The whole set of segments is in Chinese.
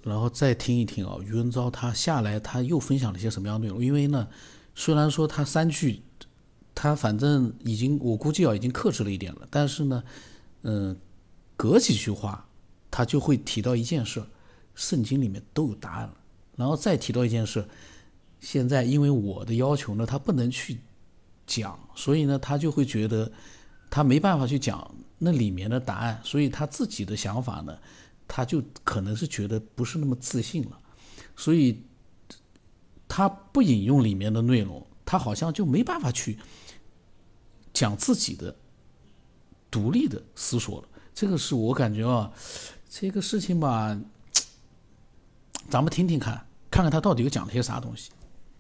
然后再听一听啊，余文昭他下来他又分享了一些什么样的内容？因为呢，虽然说他3句，他反正已经我估计已经克制了一点了，但是呢，隔几句话他就会提到一件事，圣经里面都有答案了，然后再提到一件事，现在因为我的要求呢，他不能去讲，所以呢，他就会觉得他没办法去讲那里面的答案，所以他自己的想法呢，他就可能是觉得不是那么自信了，所以他不引用里面的内容，他好像就没办法去讲自己的独立的思索了。这个是我感觉这个事情吧，咱们听听看，看看他到底有讲了些啥东西。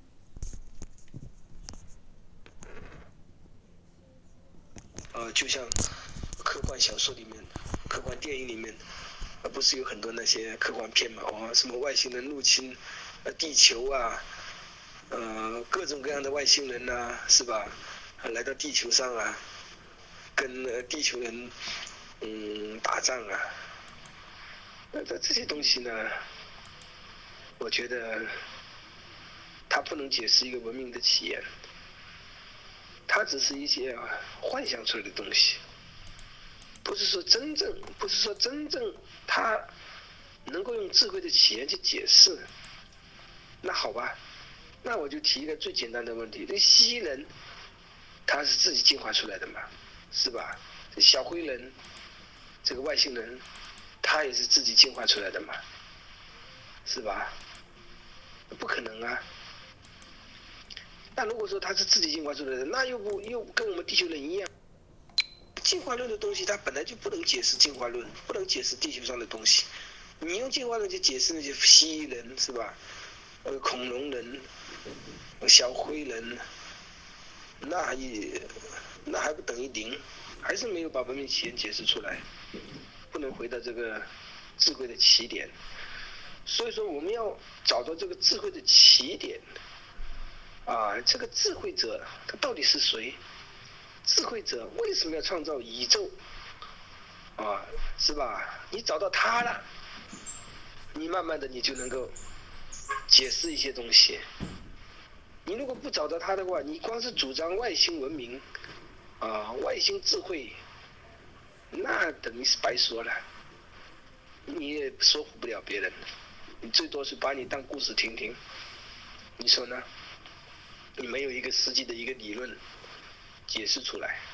就像科幻小说里面、科幻电影里面，不是有很多那些科幻片嘛？什么外星人入侵地球啊，各种各样的外星人啊，是吧？来到地球上啊，跟地球人打仗啊，这些东西呢，我觉得它不能解释一个文明的起源。它只是一些幻想出来的东西，不是说真正它能够用智慧的起源去解释。那好吧，那我就提一个最简单的问题：这蜥蜴人他是自己进化出来的嘛，是吧？这小灰人，这个外星人，他也是自己进化出来的嘛，是吧？不可能啊。那如果说他是自己进化出来的，那又跟我们地球人一样，进化论的东西它本来就不能解释进化论，不能解释地球上的东西。你用进化论去解释那些蜥蜴人，是吧？恐龙人、小灰人，那还不等于零，还是没有把文明起源解释出来，不能回到这个智慧的起点。所以说我们要找到这个智慧的起点。这个智慧者他到底是谁？智慧者为什么要创造宇宙？是吧？你找到他了，你慢慢的你就能够解释一些东西。你如果不找到他的话，你光是主张外星文明，外星智慧，那等于是白说了，你也说服不了别人，你最多是把你当故事听听，你说呢？你没有一个实际的一个理论解释出来。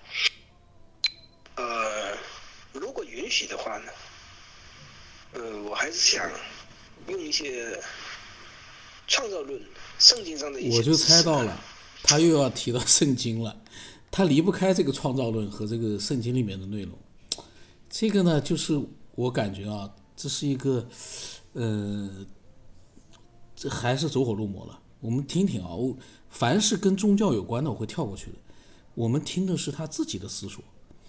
如果允许的话呢，我还是想用一些创造论、圣经上的一些。 我就猜到了，他又要提到圣经了，他离不开这个创造论和这个圣经里面的内容。这个呢，就是我感觉这是一个，这还是走火入魔了。我们听听凡是跟宗教有关的我会跳过去的，我们听的是他自己的思索。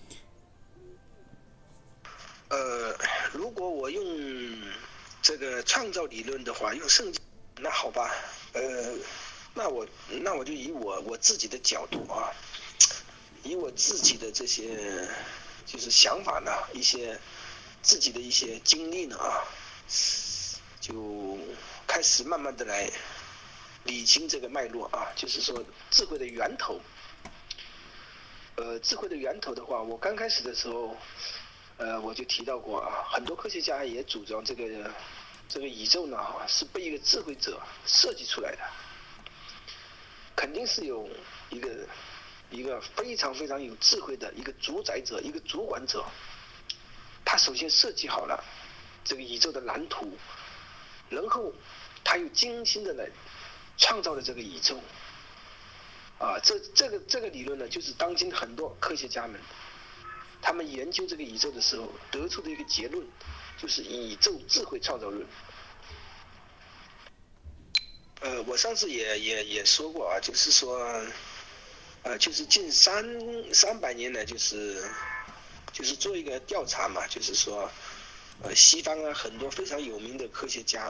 如果我用这个创造理论的话，用圣经，那好吧，那我就以我自己的角度以我自己的这些就是想法呢，一些自己的一些经历呢就开始慢慢的来理清这个脉络就是说智慧的源头。智慧的源头的话，我刚开始的时候，我就提到过很多科学家也主张这个宇宙呢是被一个智慧者设计出来的，肯定是有一个非常非常有智慧的一个主宰者，一个主管者，他首先设计好了这个宇宙的蓝图，然后他又精心的来创造了这个宇宙这个理论呢，就是当今很多科学家们他们研究这个宇宙的时候得出的一个结论，就是宇宙智慧创造论。我上次也说过就是说就是近300年来就是做一个调查嘛，就是说西方很多非常有名的科学家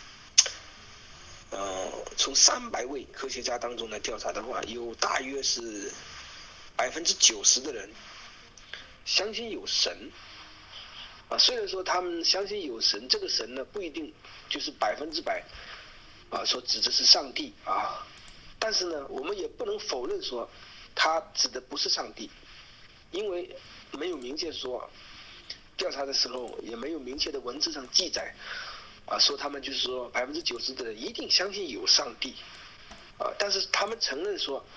从300位科学家当中来调查的话，有大约是90%的人相信有神虽然说他们相信有神，这个神呢不一定就是100%说指的是上帝但是呢，我们也不能否认说他指的不是上帝，因为没有明确说，调查的时候也没有明确的文字上记载说他们就是说90%的人一定相信有上帝但是他们承认说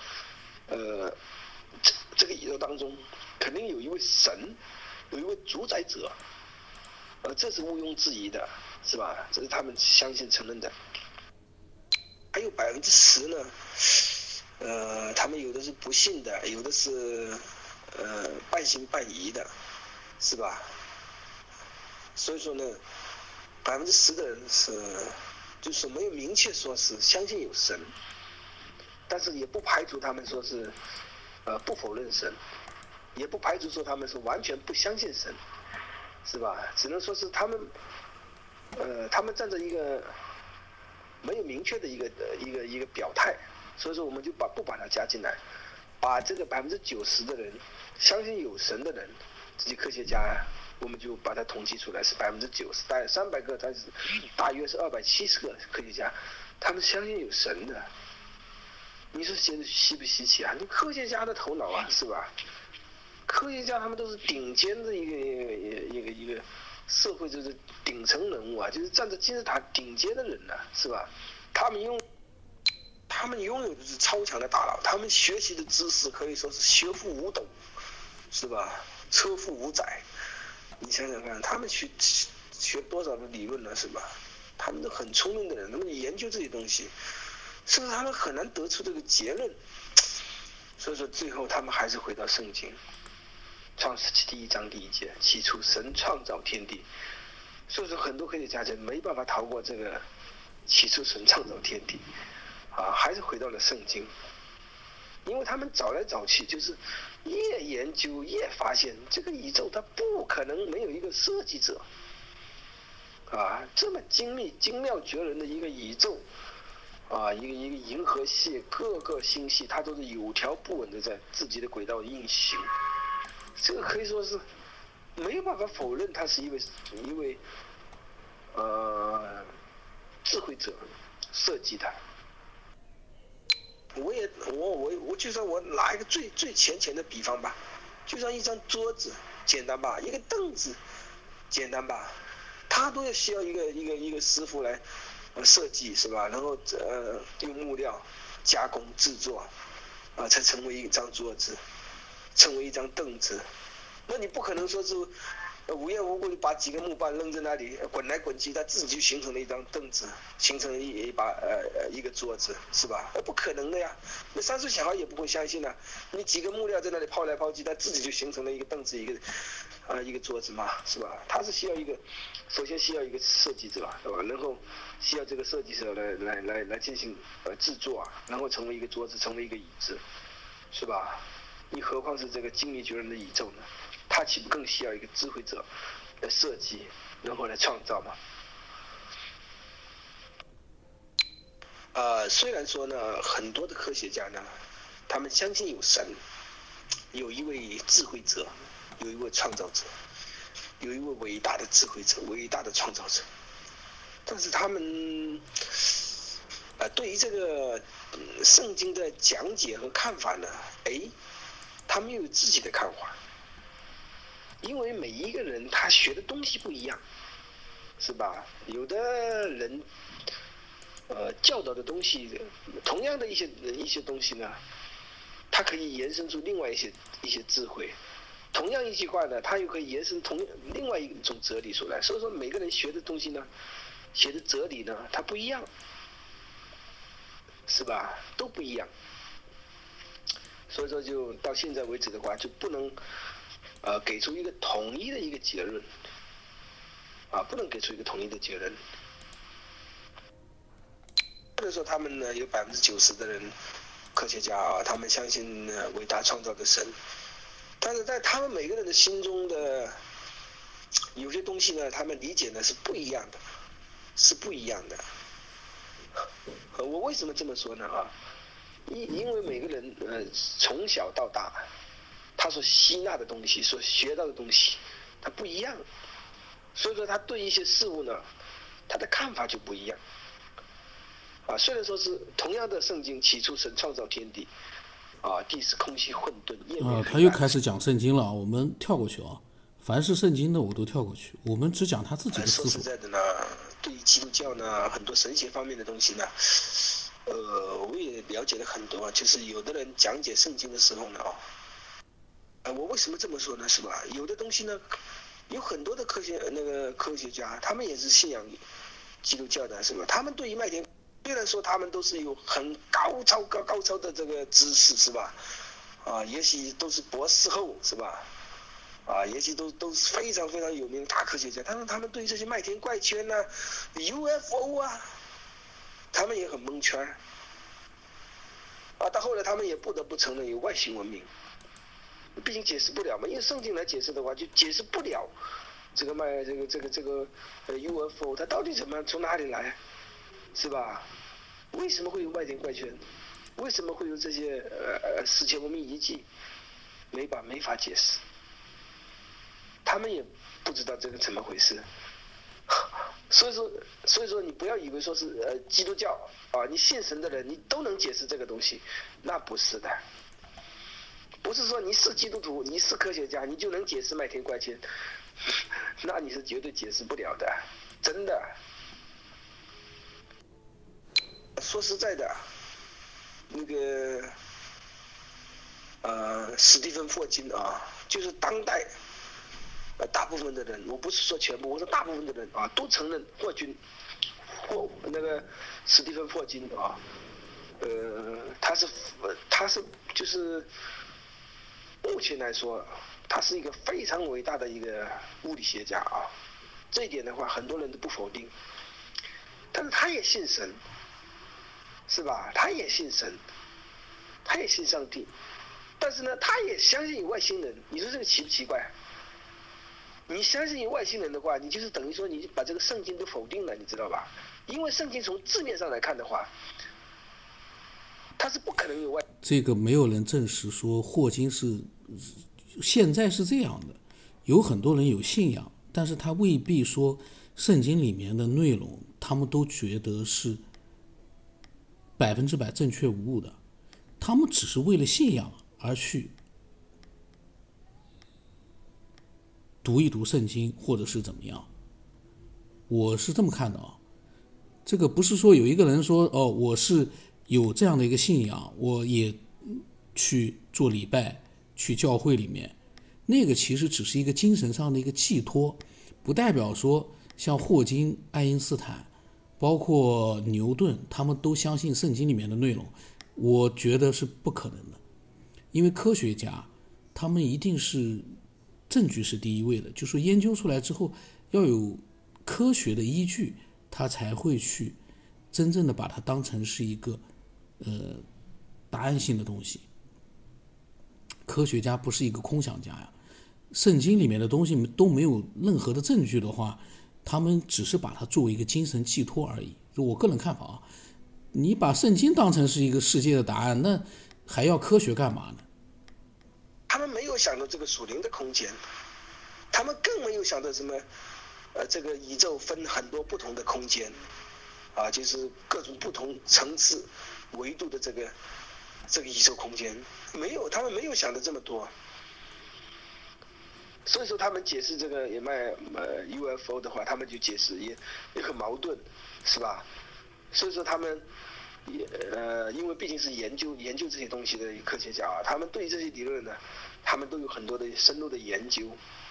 这个宇宙当中肯定有一位神，有一位主宰者这是毋庸置疑的，是吧？这是他们相信承认的。还有10%呢他们有的是不信的，有的是半信半疑的，是吧？所以说呢10%的人就是没有明确说是相信有神，但是也不排除他们说是不否认神，也不排除说他们是完全不相信神，是吧？只能说是他们站在一个没有明确的一个表态，所以说我们就不把它加进来，把这个90%的人相信有神的人，这些科学家我们就把它统计出来是90%，大概300个，但是大约是270个科学家，他们相信有神的。你说稀不稀奇啊？你科学家的头脑是吧？科学家他们都是顶尖的一个社会就是顶层人物就是站在金字塔顶尖的人是吧？他们拥有的是超强的大脑，他们学习的知识可以说是学富五斗，是吧？车富五载。你想想看，他们学多少的理论是吧？他们都很聪明的人，他们研究这些东西，是不是他们很难得出这个结论？所以说最后他们还是回到圣经，创世纪第1章第1节，起初神创造天地。所以说很多科学家就没办法逃过这个起初神创造天地还是回到了圣经，因为他们找来找去就是越研究越发现这个宇宙它不可能没有一个设计者这么精妙绝伦的一个宇宙一个银河系各个星系它都是有条不紊的在自己的轨道运行，这个可以说是没有办法否认他是一位智慧者设计的。我就算我拿一个最浅的比方吧，就像一张桌子简单吧，一个凳子简单吧，他都要需要一个师傅来设计，是吧？然后用木料加工制作才成为一张桌子，成为一张凳子。那你不可能说是无缘无故就把几个木棒扔在那里滚来滚去，它自己就形成了一张凳子，形成了一个桌子，是吧？不可能的呀，那3岁小孩也不会相信你几个木料在那里抛来抛去，它自己就形成了一个凳子，一个桌子嘛，是吧？它是首先需要一个设计者，是吧？然后需要这个设计者来进行制作然后成为一个桌子，成为一个椅子，是吧？你何况是这个精密绝伦的宇宙呢？它岂不更需要一个智慧者来设计，然后来创造吗？虽然说呢，很多的科学家呢，他们相信有神，有一位智慧者，有一位创造者，有一位伟大的智慧者，伟大的创造者，但是他们对于这个圣经的讲解和看法呢，他们又有自己的看法。因为每一个人他学的东西不一样，是吧？有的人教导的东西，同样的一些东西呢，它可以延伸出另外一些智慧。同样一句话呢，它又可以延伸另外一种哲理出来。所以说每个人学的东西呢，学的哲理呢，它不一样，是吧？都不一样。所以说就到现在为止的话，就不能给出一个统一的一个结论不能给出一个统一的结论。或者说他们呢有90%的人科学家他们相信伟大创造的神，但是在他们每个人的心中的有些东西呢，他们理解呢是不一样的，是不一样的。我为什么这么说呢因为每个人从小到大他所吸纳的东西，所学到的东西它不一样， 所以说他对一些事物呢，他的看法就不一样。虽然说是同样的圣经，起初神创造天地，地是空虚混沌，夜幕黑暗。 他又开始讲圣经了，我们跳过去啊。凡是圣经的我都跳过去，我们只讲他自己的思说实在的呢，对于基督教呢，很多神学方面的东西呢，我也了解了很多。就是有的人讲解圣经的时候呢，我为什么这么说呢？是吧？有的东西呢，有很多的科学家，他们也是信仰基督教的，是吧？他们对于麦田，虽然说他们都是有很高超的这个知识，是吧？也许都是博士后，是吧？也许都是非常非常有名的大科学家，但是他们对这些麦田怪圈啊、UFO 啊，他们也很蒙圈。到后来他们也不得不承认有外星文明，毕竟解释不了嘛，因为圣经来解释的话，就解释不了这个UFO 它到底从哪里来，是吧？为什么会有麦田怪圈？为什么会有这些史前文明遗迹？没法解释，他们也不知道这个怎么回事。所以说你不要以为说是基督教你信神的人你都能解释这个东西，那不是的。不是说你是基督徒，你是科学家，你就能解释麦田怪圈，那你是绝对解释不了的，真的。说实在的，那个史蒂芬·霍金就是当代大部分的人，我不是说全部，我说大部分的人都承认史蒂芬·霍金他是就是目前来说，他是一个非常伟大的一个物理学家这一点的话，很多人都不否定。但是他也信神，是吧？他也信神，他也信上帝，但是呢，他也相信有外星人。你说这个奇不奇怪？你相信有外星人的话，你就是等于说你把这个圣经都否定了，你知道吧？因为圣经从字面上来看的话，它是不可能有外。 这个没有人证实说霍金是现在是这样的，有很多人有信仰，但是他未必说圣经里面的内容他们都觉得是100%正确无误的，他们只是为了信仰而去读一读圣经，或者是怎么样。我是这么看的这个不是说有一个人说我是有这样的一个信仰，我也去做礼拜，去教会里面，那个其实只是一个精神上的一个寄托，不代表说像霍金、爱因斯坦包括牛顿他们都相信圣经里面的内容，我觉得是不可能的。因为科学家他们一定是证据是第一位的，就是研究出来之后要有科学的依据，他才会去真正的把它当成是一个答案性的东西。科学家不是一个空想家呀，圣经里面的东西都没有任何的证据的话，他们只是把它作为一个精神寄托而已。我个人看法你把圣经当成是一个世界的答案，那还要科学干嘛呢？ 他们没有想到这个属灵的空间，他们更没有想到什么这个宇宙分很多不同的空间就是各种不同层次维度的这个宇宙空间，他们没有想的这么多。所以说他们解释这个UFO 的话，他们就解释也很矛盾，是吧？所以说他们因为毕竟是研究这些东西的科学家他们对这些理论呢，他们都有很多的深入的研究，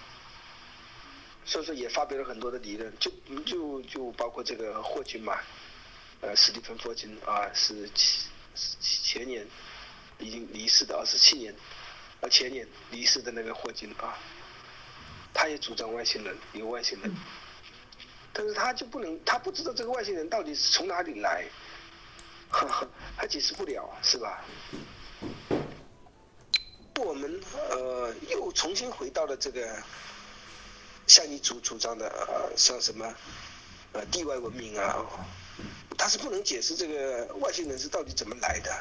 所以说也发表了很多的理论，就包括这个霍金嘛，史蒂芬·霍金是前年已经离世的27年，前年离世的那个霍金他也主张有外星人，但是他不知道这个外星人到底是从哪里来，他解释不了，是吧？我们又重新回到了这个像你主张的像什么地外文明他是不能解释这个外星人是到底怎么来的，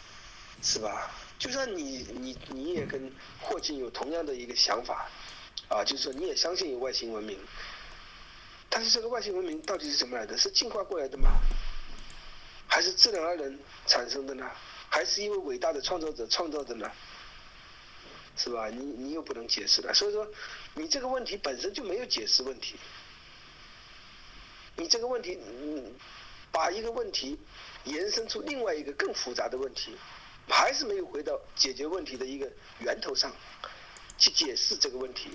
是吧？就算你也跟霍金有同样的一个想法就是说你也相信有外星文明，但是这个外星文明到底是怎么来的？是进化过来的吗？还是自然而然产生的呢？还是因为伟大的创造者创造的呢？是吧？你又不能解释了，所以说你这个问题本身就没有解释问题。你这个问题，把一个问题延伸出另外一个更复杂的问题，还是没有回到解决问题的一个源头上去解释这个问题。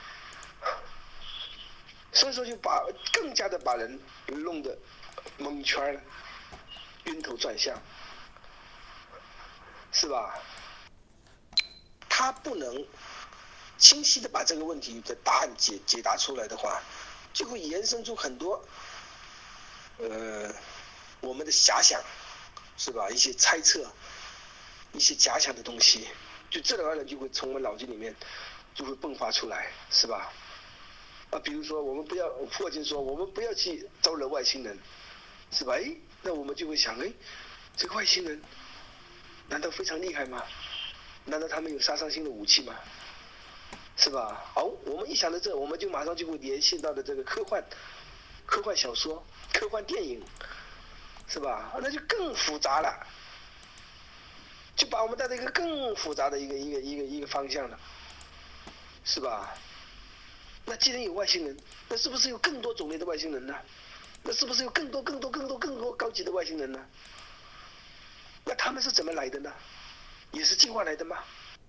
所以说就更加的把人弄得蒙圈了，晕头转向，是吧？他不能清晰的把这个问题的答案解答出来的话，就会延伸出很多我们的遐想，是吧？一些猜测，一些假想的东西，就自然而然就会从我们脑筋里面就会迸发出来，是吧？比如说霍金说我们不要去招惹外星人，是吧？那我们就会想，这个外星人难道非常厉害吗？难道他们有杀伤性的武器吗？是吧？我们一想到这，我们就马上就会联系到的这个科幻小说、科幻电影，是吧？那就更复杂了，就把我们带到一个更复杂的一个方向了，是吧？那既然有外星人，那是不是有更多种类的外星人呢？那是不是有更多高级的外星人呢？那他们是怎么来的呢？也是进化来的吗？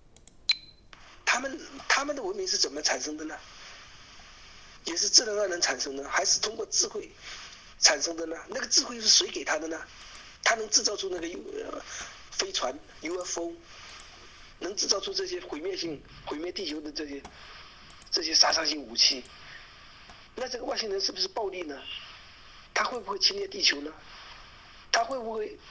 他们的文明是怎么产生的呢？也是自然而然产生的，还是通过智慧产生的呢？那个智慧是谁给他的呢？他能制造出那个飞船 UFO， 能制造出这些毁灭地球的这些杀伤性武器，那这个外星人是不是暴力呢？他会不会侵略地球呢？他会不会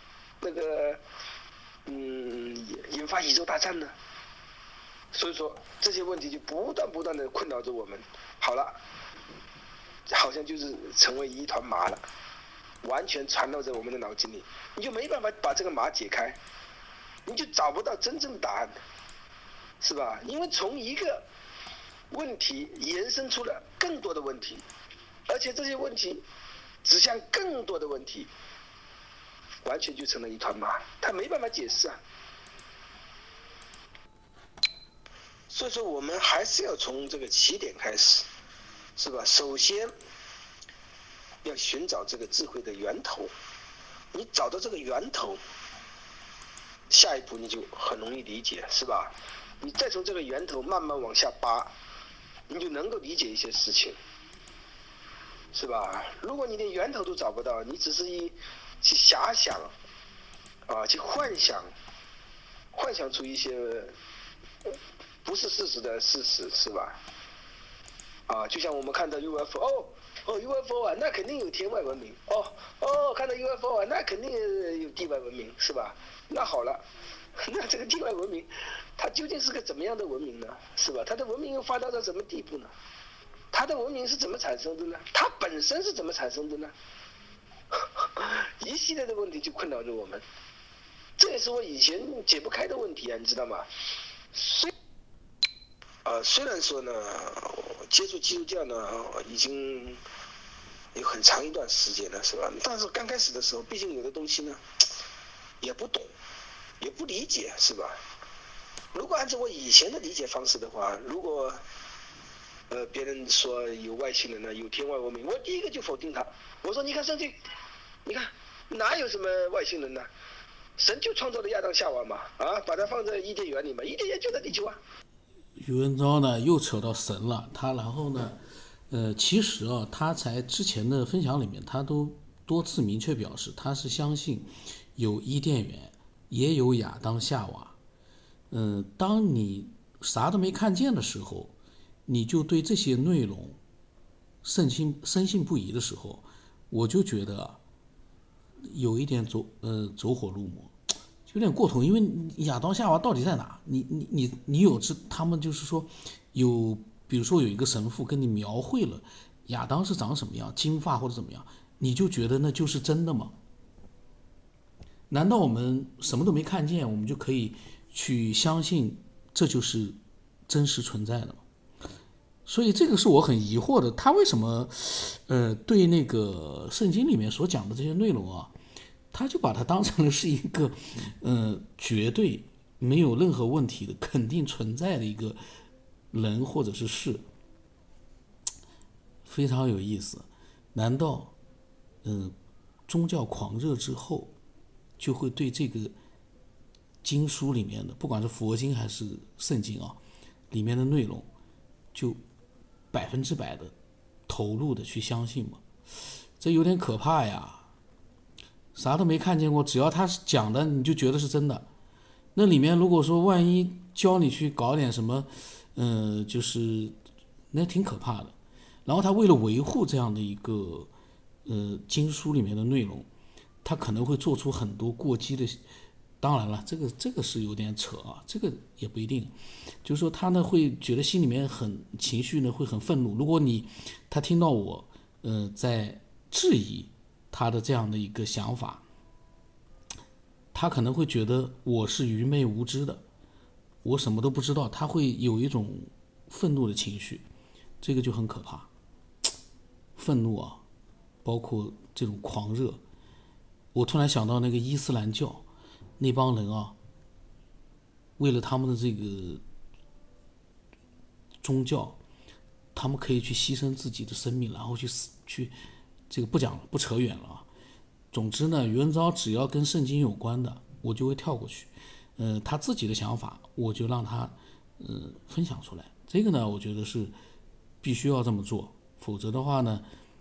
引发宇宙大战呢？所以说这些问题就不断的困扰着我们。好了，好像就是成为一团麻了，完全缠绕在我们的脑筋里，你就没办法把这个麻解开，你就找不到真正的答案，是吧？因为从一个问题延伸出了更多的问题，而且这些问题指向更多的问题，完全就成了一团麻，他没办法解释啊。所以说我们还是要从这个起点开始，是吧？首先要寻找这个智慧的源头，你找到这个源头，下一步你就很容易理解，是吧？你再从这个源头慢慢往下扒，你就能够理解一些事情，是吧？如果你连源头都找不到，你只是去遐想去幻想出一些不是事实的事实，是吧？就像我们看到 UFO 啊，那肯定有天外文明。看到 UFO 啊，那肯定有地外文明，是吧？那好了，那这个地外文明，它究竟是个怎么样的文明呢？是吧？它的文明又发达到什么地步呢？它的文明是怎么产生的呢？它本身是怎么产生的呢？一系列的问题就困扰着我们，这也是我以前解不开的问题啊，你知道吗？虽然说呢，接触基督教呢已经有很长一段时间了，是吧？但是刚开始的时候，毕竟有的东西呢也不懂，也不理解，是吧？如果按照我以前的理解方式的话，如果别人说有外星人呢，有天外文明，我第一个就否定他。我说你看圣经，你看哪有什么外星人呢？神就创造了亚当夏娃嘛，把它放在伊甸园里嘛，伊甸园就在地球啊。 宇文昭呢又扯到神了，然后呢，其实他在之前的分享里面，他都多次明确表示，他是相信有伊甸园，也有亚当夏娃。当你啥都没看见的时候，你就对这些内容深信不疑的时候，我就觉得有一点走火入魔。有点过头，因为亚当夏娃到底在哪？你有他们就是说有，比如说有一个神父跟你描绘了亚当是长什么样，金发或者怎么样，你就觉得那就是真的吗？难道我们什么都没看见，我们就可以去相信这就是真实存在的吗？ 所以这个是我很疑惑的，他为什么对那个圣经里面所讲的这些内容啊，他就把它当成了是一个绝对没有任何问题的肯定存在的一个人或者是事，非常有意思。难道宗教狂热之后就会对这个经书里面的，不管是佛经还是圣经啊，里面的内容就100%的投入的去相信吗？这有点可怕呀！啥都没看见过，只要他是讲的，你就觉得是真的。那里面如果说万一教你去搞点什么，就是那挺可怕的。然后他为了维护这样的一个经书里面的内容，他可能会做出很多过激的。当然了，这个是有点扯啊，这个也不一定。就是说他呢会觉得心里面很情绪呢会很愤怒。如果他听到我在质疑他的这样的一个想法，他可能会觉得我是愚昧无知的，我什么都不知道，他会有一种愤怒的情绪，这个就很可怕。愤怒啊，包括这种狂热。我突然想到那个伊斯兰教那帮人啊，为了他们的这个宗教，他们可以去牺牲自己的生命，然后去这个不讲了，不扯远了啊。总之呢，余文昭只要跟圣经有关的，我就会跳过去。他自己的想法，我就让他分享出来。这个呢，我觉得是必须要这么做，否则的话呢，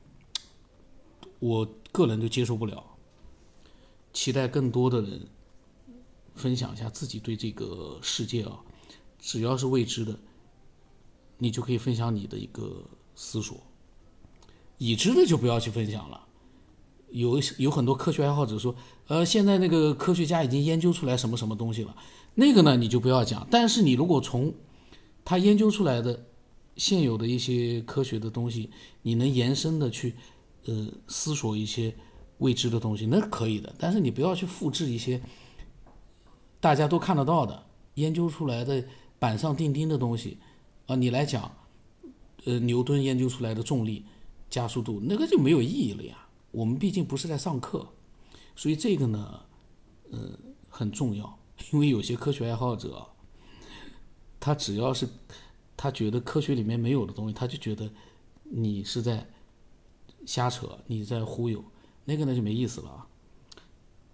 我个人就接受不了。期待更多的人分享一下自己对这个世界啊，只要是未知的，你就可以分享你的一个思索，已知的就不要去分享了。有很多科学爱好者说，现在那个科学家已经研究出来什么什么东西了，那个呢你就不要讲。但是你如果从他研究出来的现有的一些科学的东西，你能延伸的去思索一些未知的东西，那可以的。但是你不要去复制一些大家都看得到的研究出来的板上钉钉的东西啊，你来讲牛顿研究出来的重力加速度，那个就没有意义了呀。我们毕竟不是在上课，所以这个呢很重要。因为有些科学爱好者，他只要是他觉得科学里面没有的东西，他就觉得你是在瞎扯，你在忽悠，那个呢就没意思了啊。